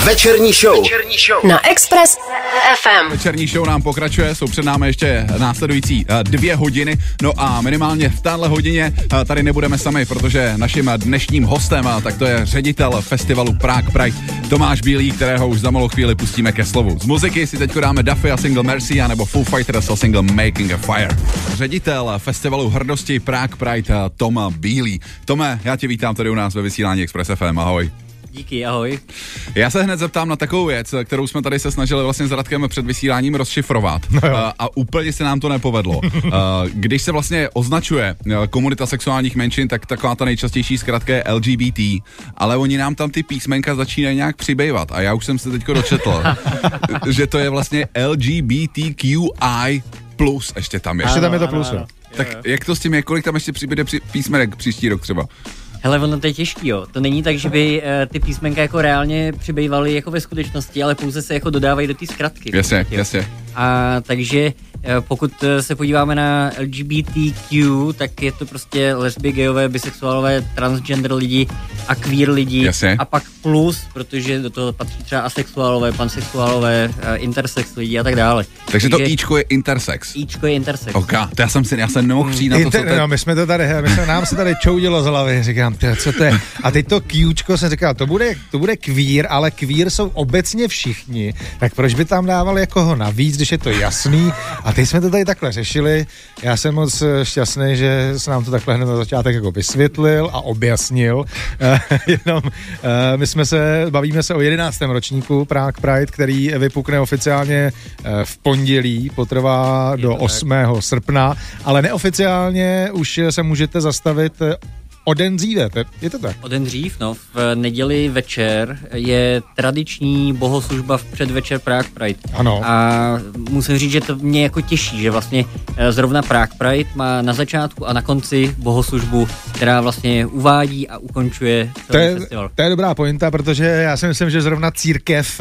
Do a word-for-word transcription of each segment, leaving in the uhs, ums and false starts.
Večerní show. Večerní show Na Express ef em. Večerní show nám pokračuje, jsou před námi ještě následující dvě hodiny. No a minimálně v téhle hodině tady nebudeme sami, protože naším dnešním hostem, tak to je ředitel festivalu Prague Pride Tomáš Bílý, kterého už za malou chvíli pustíme ke slovu. Z muziky si teďko dáme Duffy a single Mercy, anebo Foo Fighters a single Making a Fire. Ředitel festivalu hrdosti Prague Pride Tom Bílý. Tome, já tě vítám tady u nás ve vysílání Express ef em, ahoj. Díky, ahoj. Já se hned zeptám na takovou věc, kterou jsme tady se snažili vlastně s Radkem před vysíláním rozšifrovat. No a, a úplně se nám to nepovedlo. Když se vlastně označuje komunita sexuálních menšin, tak taková ta nejčastější zkratka je el gé bé té, ale oni nám tam ty písmenka začínají nějak přibývat a já už jsem se teďko dočetl, že to je vlastně el gé bé té kvé í plus, ještě tam je. Ještě tam je to plus. Tak jak to s tím je, kolik tam ještě přibyde při, písmenek příští rok třeba? Hele, ono to je těžký, jo. To není tak, že by uh, ty písmenka jako reálně přibývaly jako ve skutečnosti, ale pouze se jako dodávají do té zkratky. Jasně, jasně. A takže uh, pokud se podíváme na el gé bé té kvé, tak je to prostě lesby, gayové, bisexuálové, transgender lidi a queer lidi. Jasně. A pak plus, protože do toho patří třeba asexuálové, pansexuálové, uh, intersex lidi a tak dále. Takže, Takže to íčko je intersex. Íčko je intersex. Ok, to já jsem si, já jsem nemohl přijít na to, Inter, co to je. No, my jsme to tady, my jsme, nám se tady čoudilo z hlavy, říkám, tyjo, co to je? A teď to Qčko jsem říkal, to bude, to bude queer, ale queer jsou obecně všichni, tak proč by tam dávali jako ho navíc, když je to jasný? A teď jsme to tady takhle řešili, já jsem moc šťastný, že se nám to takhle hned na začátek jako vysvětlil a objasnil. Jenom my jsme se, bavíme se o jedenáctém ročníku Prague Pride, který vypukne oficiálně v pondělí, potrvá do osmého srpna, ale neoficiálně už se můžete zastavit o den dříve, je to tak? O den dřív, no. V neděli večer je tradiční bohoslužba v předvečer Prague Pride. Ano. A musím říct, že to mě jako těší, že vlastně zrovna Prague Pride má na začátku a na konci bohoslužbu, která vlastně uvádí a ukončuje celý to je, festival. To je dobrá pointa, protože já si myslím, že zrovna církev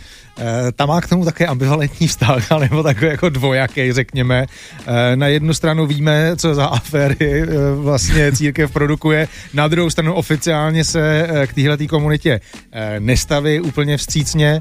tam má k tomu také ambivalentní vztah, nebo takový jako dvojaký, řekněme. Na jednu stranu víme, co za aféry vlastně církev produkuje, na druhou stranu oficiálně se k téhletý komunitě nestaví úplně vstřícně.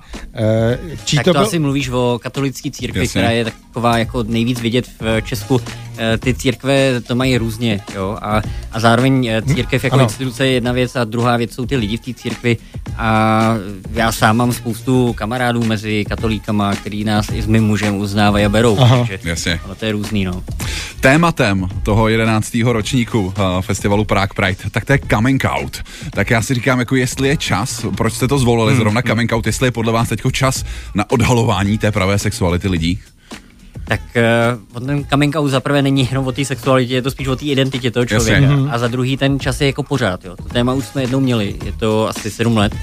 Čí tak to, to byl... asi mluvíš o katolické církvi, Jasně. která je taková jako nejvíc vidět v Česku. Ty církve to mají různě, jo, a, a zároveň církev jako ano. instituce je jedna věc a druhá věc jsou ty lidi v té církvi a já sám mám spoustu kamarádů mezi katolíkama, který nás i s mým mužem uznávají a berou, Aha. takže Jasně. ono to je různý, no. Tématem toho jedenáctého ročníku uh, festivalu Prague Pride, tak to je coming out. Tak já si říkám, jako jestli je čas, proč jste to zvolili hmm. zrovna coming out, jestli je podle vás teďko čas na odhalování té pravé sexuality lidí? Tak uh, ten coming out zaprvé není jenom o té sexualitě, je to spíš o té identitě toho člověka. Jasně. A za druhý ten čas je jako pořád, jo. To téma už jsme jednou měli, je to asi sedm let.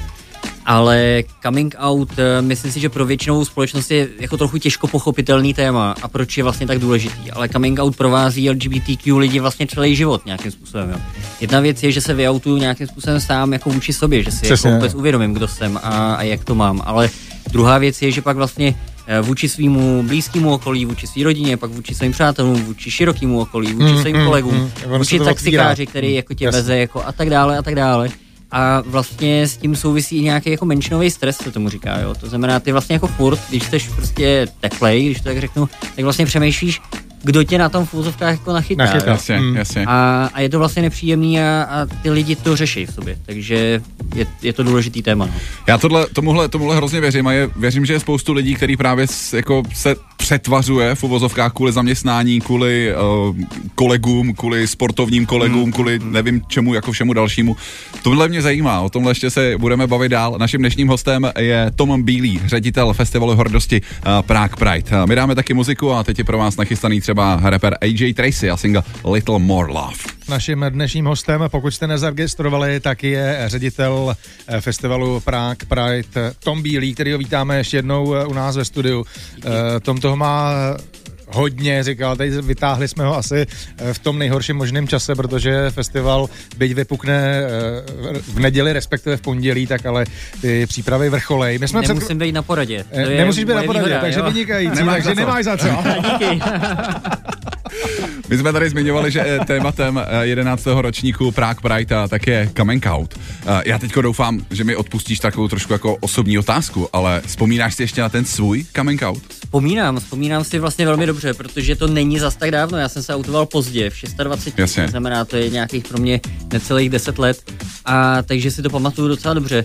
Ale coming out, myslím si, že pro většinovou společnost je jako trochu těžko pochopitelný téma a proč je vlastně tak důležitý. Ale coming out provází el gé bé té kvé lidi vlastně celý život nějakým způsobem. Jo. Jedna věc je, že se vyautuju nějakým způsobem sám jako vůči sobě, že si jako vůbec uvědomím, kdo jsem a, a jak to mám. Ale druhá věc je, že pak vlastně vůči svýmu blízkému okolí, vůči svý rodině, pak vůči svým přátelům, vůči širokému okolí, vůči mm, svým mm, kolegům, mm, vůči taxikáři, který jako tě Jasně. veze jako a tak dále a tak dále. A vlastně s tím souvisí i nějaký jako menšinový stres, se tomu říká, jo. To znamená, ty vlastně jako furt, když jsi prostě teplej, když to tak řeknu, tak vlastně přemýšlíš, kdo tě na tom v úzovkách jako nachytá. nachytá jasně, mm. jasně. A, a je to vlastně nepříjemný a, a ty lidi to řeší v sobě, takže je, je to důležitý téma. No. Já tohle, tomuhle, tomuhle hrozně věřím a je, věřím, že je spoustu lidí, který právě s, jako se přetvařuje v uvozovkách kvůli zaměstnání, kvůli uh, kolegům, kvůli sportovním kolegům, mm. kvůli nevím čemu, jako všemu dalšímu. Tohle mě zajímá, o tomhle ještě se budeme bavit dál. Naším dnešním hostem je Tom Bílý, ředitel festivalu hrdosti uh, Prague Pride. Uh, my dáme taky muziku a teď je pro vás nachystaný třeba rapper á jé Tracy a single Little More Love. Naším dnešním hostem, pokud jste nezaregistrovali, tak je ředitel festivalu Prague Pride Tom Bílý, který ho vítáme ještě jednou u nás ve studiu. Tom toho má hodně, říkal, tady vytáhli jsme ho asi v tom nejhorším možném čase, protože festival, byť vypukne v neděli, respektive v pondělí, tak ale ty přípravy vrcholej. My jsme Nemusím před... být na poradě. Nemusíš být na poradě, výhoda, takže vynikající, takže nemáš za co. Díky. My jsme tady zmiňovali, že tématem jedenáctého ročníku Prague Pride tak je coming out. Já teďko doufám, že mi odpustíš takovou trošku jako osobní otázku, ale vzpomínáš si ještě na ten svůj coming out? Vzpomínám, vzpomínám si vlastně velmi dobře, protože to není zas tak dávno, já jsem se autoval pozdě, v dvacet šest, Jasně. to znamená, to je nějakých pro mě necelých deset let, a takže si to pamatuju docela dobře.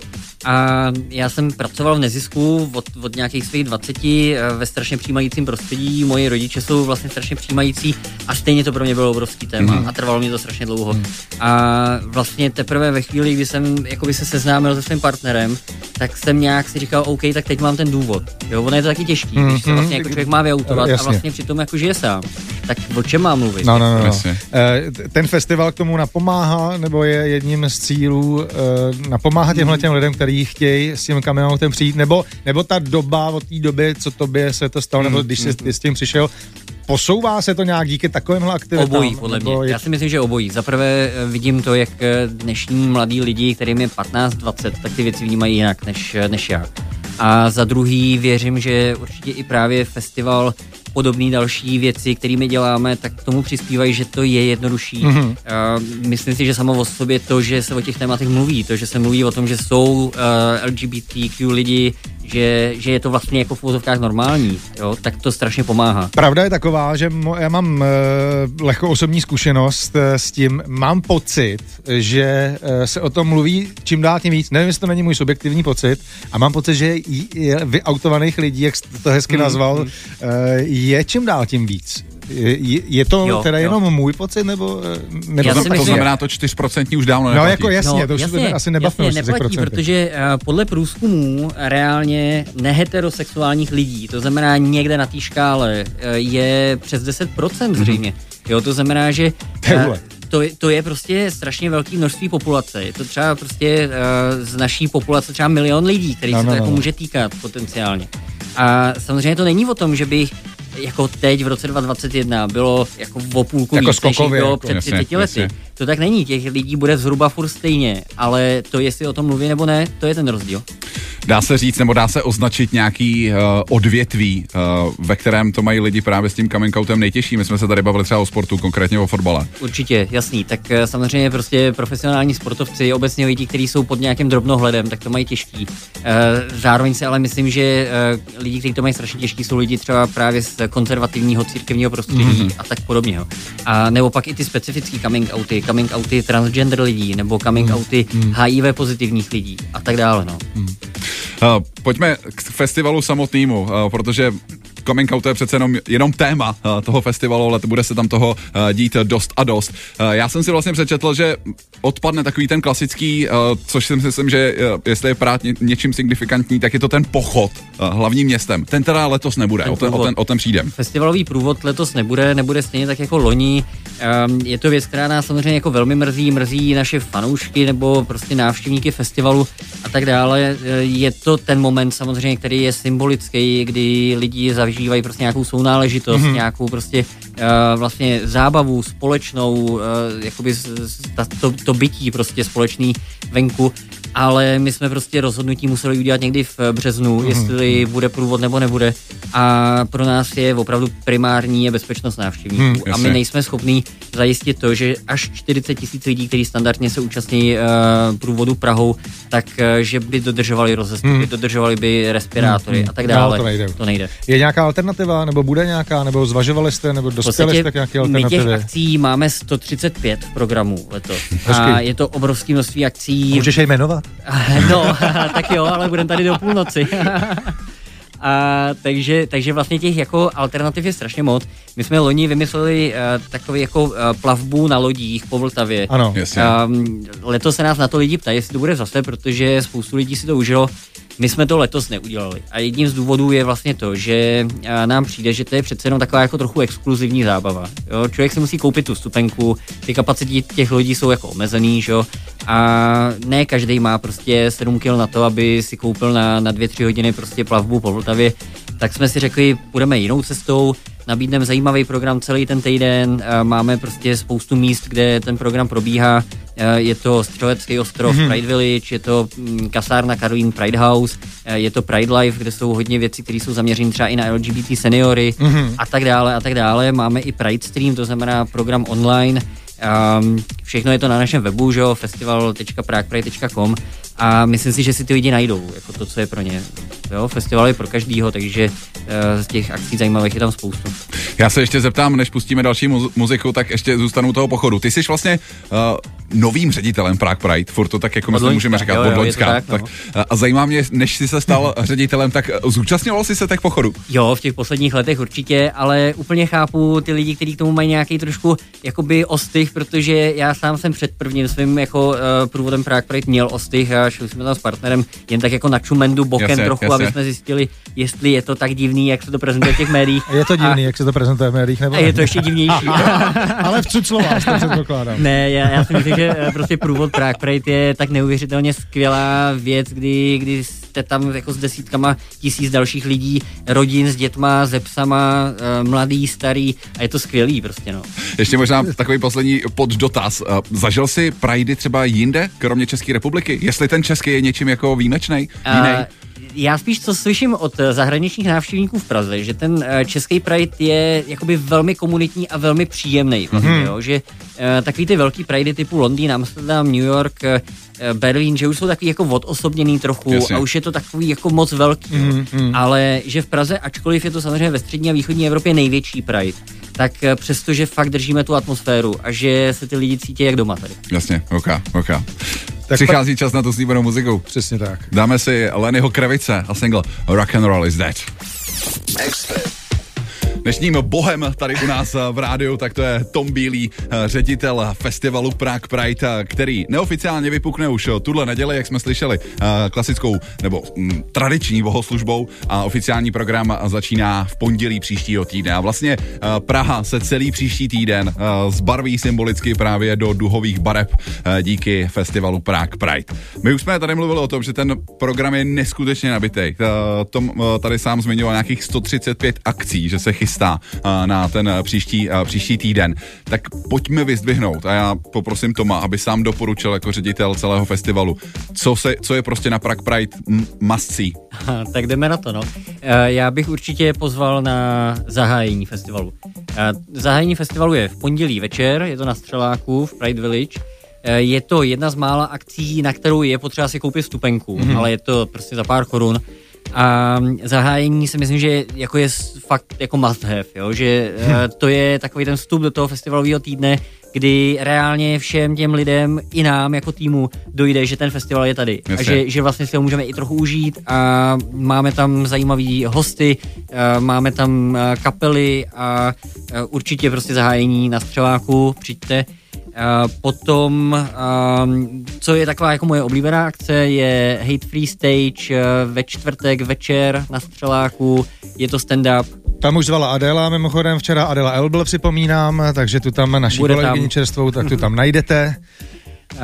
A já jsem pracoval v nezisku od, od nějakých svých dvaceti ve strašně přijímajícím prostředí, moji rodiče jsou vlastně strašně přijímající a stejně to pro mě bylo obrovský téma mm. a trvalo mě to strašně dlouho. Mm. A vlastně teprve ve chvíli, kdy jsem jakoby se seznámil se svým partnerem, tak jsem nějak si říkal, OK, tak teď mám ten důvod. Jo, ono je to taky těžký, mm. když se vlastně jako člověk má vyautovat a vlastně přitom jako žije sám. Tak o čem mám mluvit? No, no, no, no. Ten festival k tomu napomáhá, nebo je jedním z cílů napomáhat těmhle těm lidem, kteří chtějí s tím coming outem přijít, nebo, nebo ta doba od té doby, co tobě se to stalo, mm. nebo když jsi mm. s tím přišel, posouvá se to nějak díky takovémhle aktivitám? Obojí, podle mě. Je... Já si myslím, že obojí. Zaprvé vidím to, jak dnešní mladí lidi, kterým je patnáct dvacet, tak ty věci vnímají jinak než, než já. A za druhý věřím, že určitě i právě festival, podobné další věci, kterými děláme, tak k tomu přispívají, že to je jednodušší. Mm-hmm. Uh, myslím si, že samo o sobě to, že se o těch tématech mluví, to, že se mluví o tom, že jsou uh, L G B T Q lidi, že, že je to vlastně jako v úvozovkách normální, jo, tak to strašně pomáhá. Pravda je taková, že mo- já mám uh, lehkou osobní zkušenost uh, s tím, mám pocit, že uh, se o tom mluví čím dál tím víc, nevím, jestli to není můj subjektivní pocit, a mám pocit, že je vyautovaných lidí, jak jsi to hezky mm, nazval, mm. Uh, je čím dál tím víc. Je, je to jo, teda jo. jenom můj pocit, nebo... nebo to, myslím, to znamená to čtyři procenta už dávno neplatí. No jako jasně, no, to už jasně, asi nebavíme. Jasně, neplatí, protože uh, podle průzkumů reálně neheterosexuálních lidí, to znamená někde na té škále, uh, je přes deset procent zřejmě. Mm-hmm. Jo, to znamená, že... Uh, To je, to je prostě strašně velké množství populace. Je to třeba prostě uh, z naší populace třeba milion lidí, který no, se to no, jako no. může týkat potenciálně. A samozřejmě to není o tom, že bych jako teď v roce dva tisíce dvacet jedna bylo jako o půlku jako víc, než bylo jako, před třiceti lety. To tak není, těch lidí bude zhruba furt stejně, ale to, jestli o tom mluví nebo ne, to je ten rozdíl. Dá se říct, nebo dá se označit nějaký uh, odvětví, uh, ve kterém to mají lidi právě s tím coming outem nejtěžší? My jsme se tady bavili třeba o sportu, konkrétně o fotbale. Určitě, jasný. Tak uh, samozřejmě prostě profesionální sportovci, obecně lidi, kteří jsou pod nějakým drobnohledem, tak to mají těžký. Uh, zároveň si ale myslím, že uh, lidi, kteří to mají strašně těžký, jsou lidi třeba právě z konzervativního církevního prostředí mm-hmm. a tak podobně. A nebo pak i ty specifický coming outy, coming outy transgender lidí, nebo coming mm. outy mm. H I V pozitivních lidí a tak dále. No. Mm. Uh, pojďme k festivalu samotnému, uh, protože coming out je přece jenom, jenom téma uh, toho festivalu, ale bude se tam toho uh, dít dost a dost. Uh, já jsem si vlastně přečetl, že odpadne takový ten klasický, uh, což si myslím, že uh, jestli je Praha ně, něčím signifikantní, tak je to ten pochod uh, hlavním městem. Ten teda letos nebude, ten o, ten, o, ten, o ten přijdem. Festivalový průvod letos nebude, nebude stejně tak jako loni. Um, je to věc, která nás samozřejmě jako velmi mrzí, mrzí naše fanoušky nebo prostě návštěvníky festivalu a tak dále. Je to ten moment samozřejmě, který je symbolický, kdy lidi zažívají prostě nějakou sounáležitost, mm-hmm. nějakou prostě uh, vlastně zábavu společnou, uh, jakoby ta, to, to bytí prostě společný venku, ale my jsme prostě rozhodnutí museli udělat někdy v březnu, mm-hmm. jestli bude průvod nebo nebude, a pro nás je opravdu primární je bezpečnost návštěvníků mm, a my nejsme schopní zajistit to, že až čtyřicet tisíc lidí, kteří standardně se účastní uh, průvodu Prahou, tak uh, že by dodržovali rozestupy, mm. dodržovali by respirátory mm, a tak dále. No, to nejde. To nejde. Je nějaká alternativa, nebo bude nějaká, nebo zvažovali jste, nebo dospěli jste k nějaké alternativě? My těch akcí máme sto třicet pět v programu letos. A je to obrovské množství akcí. Můžeš je jmenovat? No, tak jo, ale budeme tady do půlnoci. A takže, takže vlastně těch jako alternativ je strašně moc. My jsme loni vymysleli uh, takový jako uh, plavbu na lodích po Vltavě. Ano, um, letos se nás na to lidi ptají, jestli to bude zase, protože spoustu lidí si to užilo. My jsme to letos neudělali. A jedním z důvodů je vlastně to, že nám přijde, že to je přece jenom taková jako trochu exkluzivní zábava. Jo? Člověk si musí koupit tu vstupenku, ty kapacity těch lidí jsou jako omezený, že? A ne každý má prostě sedm kil na to, aby si koupil na, na dvě, tři hodiny prostě plavbu po Vltavě. Tak jsme si řekli, půjdeme jinou cestou. nabídneme zajímavý program celý ten týden, máme prostě spoustu míst, kde ten program probíhá, je to Střelecký ostrov, mm-hmm. Pride Village, je to kasárna Karlín Pride House, je to Pride Life, kde jsou hodně věcí, které jsou zaměřené třeba i na L G B T seniory mm-hmm. a tak dále a tak dále. Máme i Pride Stream, to znamená program online. Um, všechno je to na našem webu, že jo, festival tečka prague pride tečka com a myslím si, že si ty lidi najdou, jako to, co je pro ně. Jo, festival je pro každýho, takže uh, z těch akcí zajímavých je tam spoustu. Já se ještě zeptám, než pustíme další mu- muziku, tak ještě zůstanu u toho pochodu. Ty jsi vlastně uh, novým ředitelem Prague Pride, furt to tak jako my můžeme říkat, od Loňska. Tak, no. tak, a zajímá mě, než jsi se stal ředitelem, tak zúčastňoval jsi se těch pochodů? Jo, v těch posledních letech určitě, ale úplně chápu ty lidi, kteří k tomu mají nějaký trošku jakoby ostych, protože já sám jsem před prvním svým jako uh, průvodem Prague Pride měl ostych a šli jsme tam s partnerem jen tak jako na čumendu bokem jasně, trochu, jasně. aby jsme zjistili, jestli je to tak divný, jak se to prezentuje v těch médiích. Je to divný, a... jak se to prezentuje v médiích, nebo? A je to ještě divnější. Ale v cuclová, to předpokládám. Ne, já, já si myslím, že prostě průvod Prague Pride je tak neuvěřitelně skvělá věc, kdy, kdy jste tam jako s desítkama tisíc dalších lidí, rodin s dětma, se psama, mladý, starý a je to skvělý prostě, no. Ještě možná takový poslední poddotaz. Zažil jsi Pridey třeba jinde, kromě České republiky? Jestli ten český je něčím jako výjimečnej, jiný? Já spíš co slyším od zahraničních návštěvníků v Praze, že ten český Pride je jakoby velmi komunitní a velmi příjemný, vlastně, mm. jo, že uh, takový ty velký Pridey typu Londýn, Amsterdam, New York, uh, Berlín, že už jsou takový jako odosobněný trochu Jasně. a už je to takový jako moc velký, mm, mm. ale že v Praze, ačkoliv je to samozřejmě ve střední a východní Evropě největší Pride, tak přestože fakt držíme tu atmosféru a že se ty lidi cítí jak doma tady. Jasně, ok, ok. Tak přichází pa... čas na tu slíbenou muziku. Přesně tak. Dáme si Lennyho Kravice a single Rock and Roll is Dead. Expert. Dnešním bohem tady u nás v rádiu, tak to je Tom Bílý, ředitel festivalu Prague Pride, který neoficiálně vypukne už tuhle neděli, jak jsme slyšeli, klasickou nebo m, tradiční bohoslužbou a oficiální program začíná v pondělí příštího týdne. A vlastně Praha se celý příští týden zbarví symbolicky právě do duhových barev díky festivalu Prague Pride. My už jsme tady mluvili o tom, že ten program je neskutečně nabitý. Tom tady sám zmiňoval nějakých sto třicet pět akcí, že se chystá na ten příští, příští týden. Tak pojďme vyzdvihnout a já poprosím Toma, aby sám doporučil jako ředitel celého festivalu, co, se, co je prostě na Prague Pride must see. Tak jdeme na to, no. Já bych určitě pozval na zahájení festivalu. Zahájení festivalu je v pondělí večer, je to na Střeláku v Pride Village. Je to jedna z mála akcí, na kterou je potřeba si koupit vstupenku, mm-hmm. ale je to prostě za pár korun. A zahájení si myslím, že jako je fakt jako must have, jo? Že hm. to je takový ten vstup do toho festivalového týdne, kdy reálně všem těm lidem i nám jako týmu dojde, že ten festival je tady. Jasně. A že, že vlastně si ho můžeme i trochu užít a máme tam zajímavý hosty, máme tam kapely a určitě prostě zahájení na Střeláku, přijďte. Uh, potom, um, co je taková jako moje oblíbená akce, je Hate Free Stage uh, ve čtvrtek večer na Střeláku, je to stand-up. Tam už zvala Adela, mimochodem včera Adela Elbl připomínám, takže tu tam naší kolegyni čerstvou, tak tu tam najdete. Uh,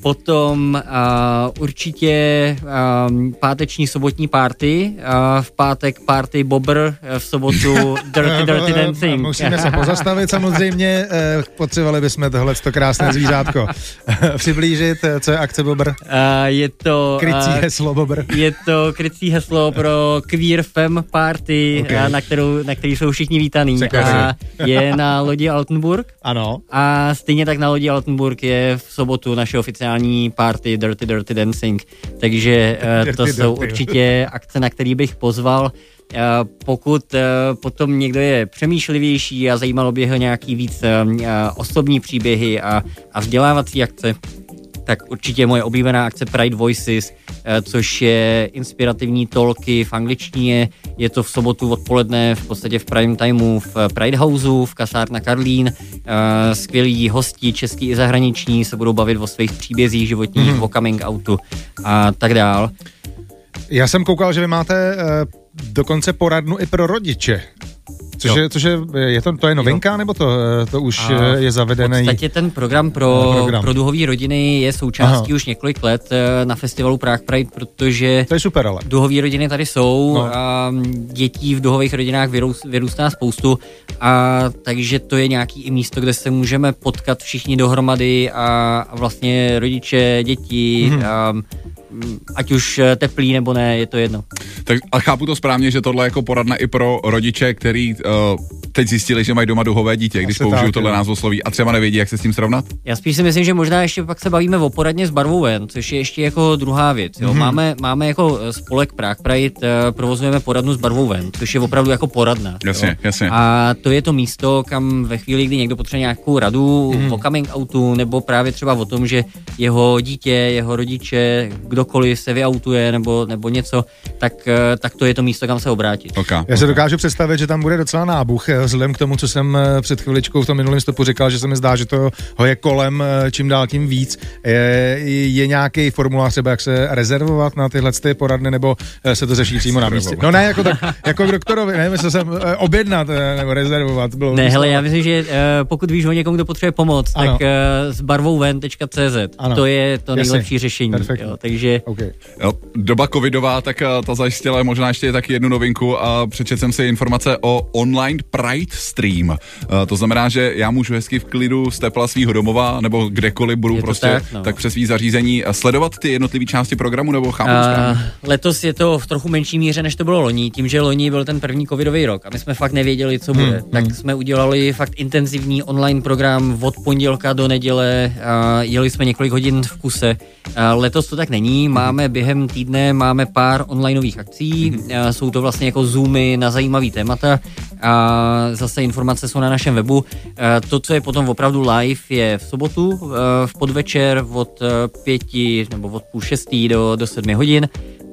potom uh, určitě um, páteční sobotní party, uh, v pátek party Bobr, uh, v sobotu Dirty Dirty Dancing. Musíme se pozastavit samozřejmě, uh, potřebovali bychom tohleto krásné zvířátko přiblížit, co je akce Bobr? Uh, je to... Krycí uh, heslo Bobr. Je to krycí heslo pro Queer Femme Party, okay. uh, na, kterou, na který jsou všichni vítaný. A je na lodi Altenburg. Ano. A stejně tak na lodi Altenburg je v sobotu naše oficiální party Dirty Dirty Dancing, takže uh, to dirty, jsou dirty. Určitě akce, na který bych pozval. Uh, pokud uh, potom někdo je přemýšlivější a zajímalo by ho nějaký víc uh, osobní příběhy a, a vzdělávací akce, tak určitě moje oblíbená akce Pride Voices, což je inspirativní talky v angličtině. Je to v sobotu odpoledne, v podstatě v prime timeu v Pride Houseu, v kasárna Karlín. Skvělí hosti, český i zahraniční, se budou bavit o svých příbězích životních, mm. o coming outu a tak dál. Já jsem koukal, že vy máte dokonce poradnu i pro rodiče. Což Což, je, což je, je to, to je novinka, jo. nebo to, to už a je zavedený? V podstatě ten program pro, program. pro duhové rodiny je součástí Aha. už několik let na festivalu Prague Pride, protože to je super, ale. duhové rodiny tady jsou, no. a dětí v duhových rodinách vyrůstá spoustu, a takže to je nějaký i místo, kde se můžeme potkat všichni dohromady a, a vlastně rodiče, děti, mm-hmm. a, ať už teplý nebo ne, je to jedno. Tak a chápu to správně, že tohle je jako poradna i pro rodiče, který uh, teď zjistili, že mají doma duhové dítě, když použiju tohle názvosloví a třeba nevědí, jak se s tím srovnat? Já spíš si myslím, že možná ještě pak se bavíme o poradně s barvou ven, což je ještě jako druhá věc. Jo. Mm-hmm. Máme, máme jako spolek Prague Pride, uh, provozujeme poradnu s barvou ven, což je opravdu jako poradna. Jasně, jo. jasně. A to je to místo, kam ve chvíli, kdy někdo potřebuje nějakou radu mm-hmm. o coming outu, nebo právě třeba o tom, že jeho dítě, jeho rodiče, kdokoliv se vyautuje nebo, nebo něco, tak, tak to je to místo, kam se obrátit. Okay, Já se dokážu představit, že tam bude docela nábuch, vzhledem k tomu, co jsem před chviličkou v tom minulém stopu říkal, že se mi zdá, že to ho je kolem čím dál tím víc. Je, je nějaký formulář třeba, jak se rezervovat na tyhle ty poradny, nebo se to řeší přímo na místě? No ne, jako, tak, jako k doktorovi, ne, myslel jsem objednat nebo rezervovat. Bylo ne, hele, já myslím, že pokud víš o někom, kdo potřebuje pomoc, ano. tak s barvou ven tečka cé zet, to je to nejlepší Jasně. řešení. Jo, takže... Okay. Jo, doba covidová, tak ta zajistila možná ještě taky jednu novinku a přečetl jsem si informace o online Pride Stream. To znamená, že já můžu hezky v klidu z tepla svýho domova nebo kdekoliv budu prostě tak, no. tak přes svý zařízení sledovat ty jednotlivé části programu, nebo chápu uh, Letos je to v trochu menší míře, než to bylo loni, tím, že loni byl ten první covidový rok a my jsme fakt nevěděli, co bude. Hmm, tak hmm. jsme udělali fakt intenzivní online program od pondělka do neděle, a jeli jsme několik hodin v kuse. A letos to tak není, máme během týdne máme pár onlineových akcí, hmm. jsou to vlastně jako zoomy na zajímavý témata a zase informace jsou na našem webu. To, co je potom opravdu live, je v sobotu v podvečer od pěti nebo od půl šestý do, do sedmi hodin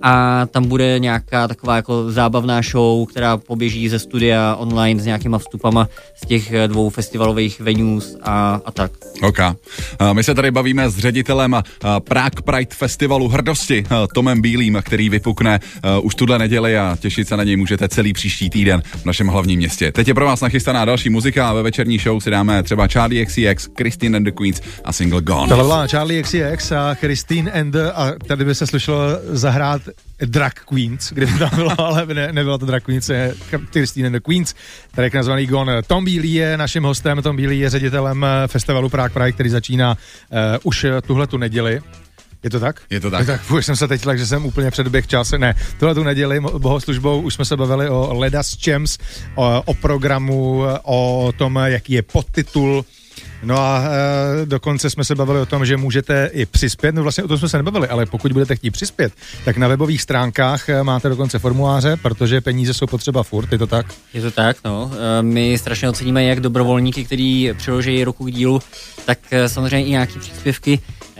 a tam bude nějaká taková jako zábavná show, která poběží ze studia online s nějakýma vstupama z těch dvou festivalových venues a, a tak. OK. My se tady bavíme s ředitelem Prague Pride Festivalu hrdosti Tomem Bílým, který vypukne už tuhle neděli a těšit se na něj můžete celý příští týden v našem hlavním městě. Teď je pro vás nachystaná další muzika a ve večerní show si dáme třeba Charlie X C X, Christine and the Queens a single Gone. Tohle byla Charlie X C X a Christine and the, a tady by se slušelo zahrát Drag Queens, kdyby tam bylo, ale ne, nebyla to Drag Queens, je Christine and the Queens, tady je nazvaný Gone. Tom Bílý je naším hostem, Tom Bílý je ředitelem festivalu Prague Pride, který začíná uh, už tuhletu neděli. Je to tak? Je to tak. tak už jsem se teď tak, že jsem úplně předběh čase. Ne, tuhletu neděli bohoslužbou už jsme se bavili o Ledas Champs, o, o programu, o tom, jaký je podtitul. No a e, dokonce jsme se bavili o tom, že můžete i přispět, no vlastně o tom jsme se nebavili, ale pokud budete chtít přispět, tak na webových stránkách máte dokonce formuláře, protože peníze jsou potřeba furt, je to tak? Je to tak, no. My strašně oceníme jak dobrovolníky, kteří přiloží ruku k dílu, tak samozřejmě i nějaký příspěvky.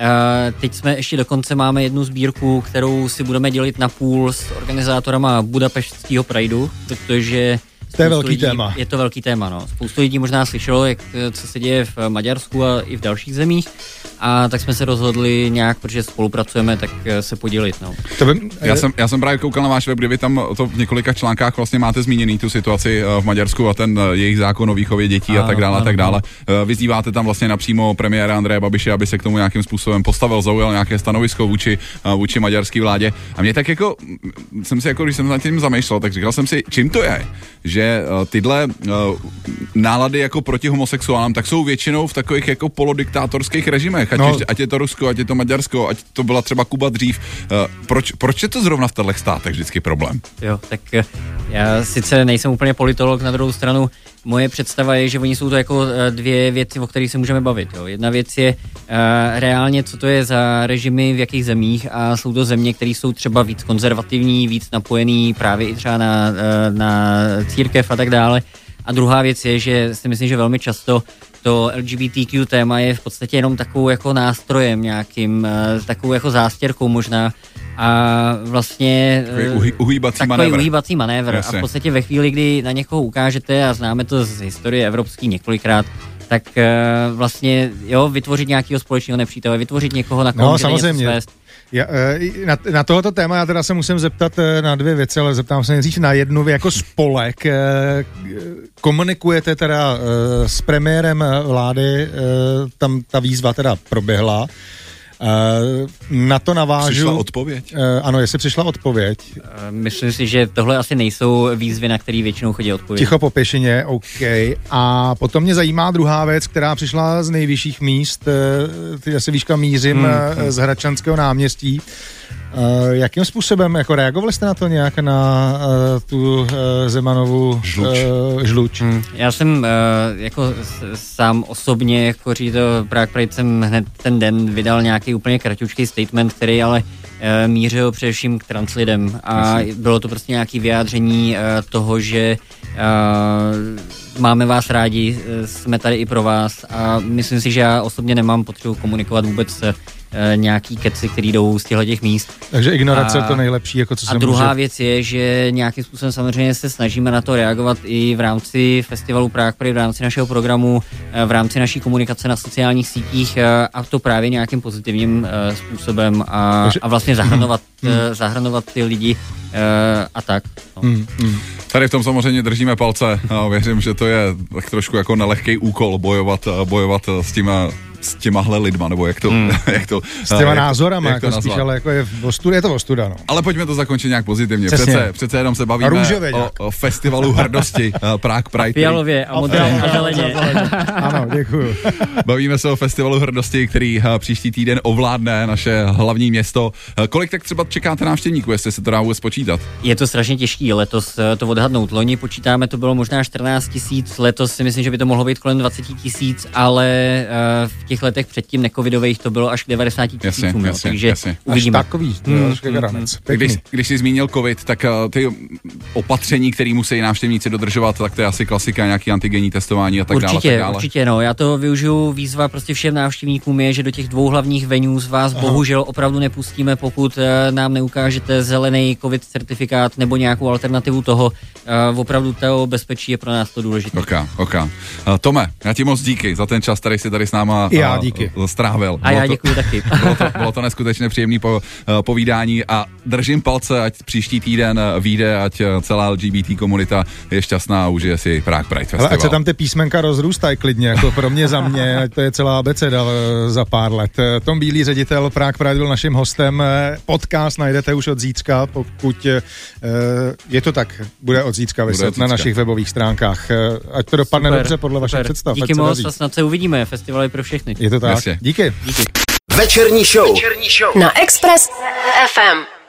Teď jsme ještě dokonce máme jednu sbírku, kterou si budeme dělit na půl s organizátorama Budapeštského Prideu, protože to je velký lidí, téma. Je to velký téma, no. Spoustu lidí možná slyšelo, jak, co se děje v Maďarsku a i v dalších zemích, a tak jsme se rozhodli nějak, protože spolupracujeme, tak se podělit, no. To by, já, jsem, já jsem právě koukal na váš web, kde vy tam to v několika článkách vlastně máte zmíněný tu situaci v Maďarsku a ten jejich zákon o výchově dětí a, a tak dále, a tak dále. Vyzýváte tam vlastně napřímo premiéra Andreje Babiše, aby se k tomu nějakým způsobem postavil, zaujal nějaké stanovisko vůči, vůči maďarské vládě. A mě tak jako, jsem si jako, když jsem nad tím zamýšlel, tak říkal jsem si, čím to je, že tyhle nálady jako proti homosexuálům tak jsou většinou v takových jako polodiktátorských režimech, ať, no. ať je to Rusko, ať je to Maďarsko, ať to byla třeba Kuba dřív. Proč, proč je to zrovna v těchto státech vždycky problém? Jo, tak já sice nejsem úplně politolog, na druhou stranu moje představa je, že oni jsou to jako dvě věci, o kterých se můžeme bavit. Jo. Jedna věc je uh, reálně, co to je za režimy, v jakých zemích, a jsou to země, které jsou třeba víc konzervativní, víc napojený právě i třeba na, uh, na církev a tak dále. A druhá věc je, že si myslím, že velmi často to L G B T Q téma je v podstatě jenom takovou jako nástrojem nějakým, uh, takovou jako zástěrkou možná, a vlastně takový uhýbací takový manévr. uhýbací manévr. A v podstatě ve chvíli, kdy na někoho ukážete, a známe to z historie evropský několikrát, tak uh, vlastně jo, vytvořit nějakého společného nepřítele, vytvořit někoho, na koho no, můžete samozřejmě. něco svést. Já, na, na tohoto téma já teda se musím zeptat na dvě věci, ale zeptám se nejdřív na jednu. Vy jako spolek komunikujete teda s premiérem vlády, tam ta výzva teda proběhla. Na to navážu. Přišla odpověď? Ano, jestli přišla odpověď. Myslím si, že tohle asi nejsou výzvy, na které většinou chodí odpověď. Ticho po pěšině, OK. A potom mě zajímá druhá věc, která přišla z nejvyšších míst. Ty asi víš, kam mířím, hmm. z Hradčanského náměstí. Uh, jakým způsobem, jako reagovali jste na to nějak, na uh, tu uh, Zemanovu žluč? Uh, žluč? Hmm. Já jsem uh, jako s, sám osobně, jako říct, Prague Pride jsem hned ten den vydal nějaký úplně kratučký statement, který ale uh, mířil především k translidem a Myslím. bylo to prostě nějaké vyjádření uh, toho, že uh, máme vás rádi, jsme tady i pro vás a myslím si, že já osobně nemám potřebu komunikovat vůbec uh, nějaký keci, který jdou z těchto těch míst. Takže ignorace je to nejlepší, jako co se A druhá může... věc je, že nějakým způsobem samozřejmě se snažíme na to reagovat i v rámci festivalu Prague Pride, v rámci našeho programu, v rámci naší komunikace na sociálních sítích a to právě nějakým pozitivním způsobem a, Takže... a vlastně zahrnovat, mm. zahrnovat ty lidi a tak. No. Mm, mm. Tady v tom samozřejmě držíme palce a věřím, že to je tak trošku jako nelehký úkol bojovat, bojovat s tím s těmahle lidma, nebo jak to... Mm. jak to s těma jak, názorama, jak jako spíš, ale jako je, ostuda, je to ostuda, no. Ale pojďme to zakončit nějak pozitivně. Přesně. Přece, přece jenom se bavíme o, o festivalu hrdosti Prague Pride. Fialově a modré a zeleně. Ano, děkuju. Bavíme se o festivalu hrdosti, který příští týden ovládne naše hlavní město. Kolik tak třeba čekáte návštěvníků, jestli se to dá vůbec počítat? Je to strašně těžký letos to odhadnout. Loni počítáme, to bylo možná čtrnáct tisíc, letos si myslím, že by to mohlo být kolem dvacet tisíc, ale uh, v těch letech předtím necovidových to bylo až k devadesát tisícům, takže jasně. uvidíme. Až takový, hmm, až hmm, když, když jsi zmínil covid, tak uh, ty opatření, které musí návštěvníci dodržovat, tak to je asi klasika, nějaký antigenní testování a tak určitě, dále. Určitě, dále. určitě, no. Já to využiju, výzva prostě všem návštěvníkům je, že do těch dvou hlavních venues vás Aha. bohužel opravdu nepustíme, pokud uh, nám neukážete zelený covid certifikát nebo nějakou alternativu toho. Uh, opravdu to bezpečí je pro nás to důležité. Ok, ok. Uh, Tome, já ti moc díky za ten čas, který jsi tady s náma uh, já díky. strávil. A já děkuji taky. Bylo to, bylo to neskutečně příjemné po, uh, povídání a držím palce, ať příští týden vyjde, ať celá L G B T komunita je šťastná a užije si Prague Pride Festival. Ale ať se tam ty písmenka rozrůstají klidně, jako pro mě, za mě, ať to je celá abeceda za pár let. Tom Bílý, ředitel Prague Pride, byl naším hostem. Podcast najdete už od zítřka, pokud je to tak, bude od zítřka vyset na našich webových stránkách. Ať to dopadne super, dobře podle vašich představ. Díky moc a snad se uvidíme. Festival je pro všechny. Je to tak. Jasně. Díky. Díky. Večerní show. Večerní show na Express F M.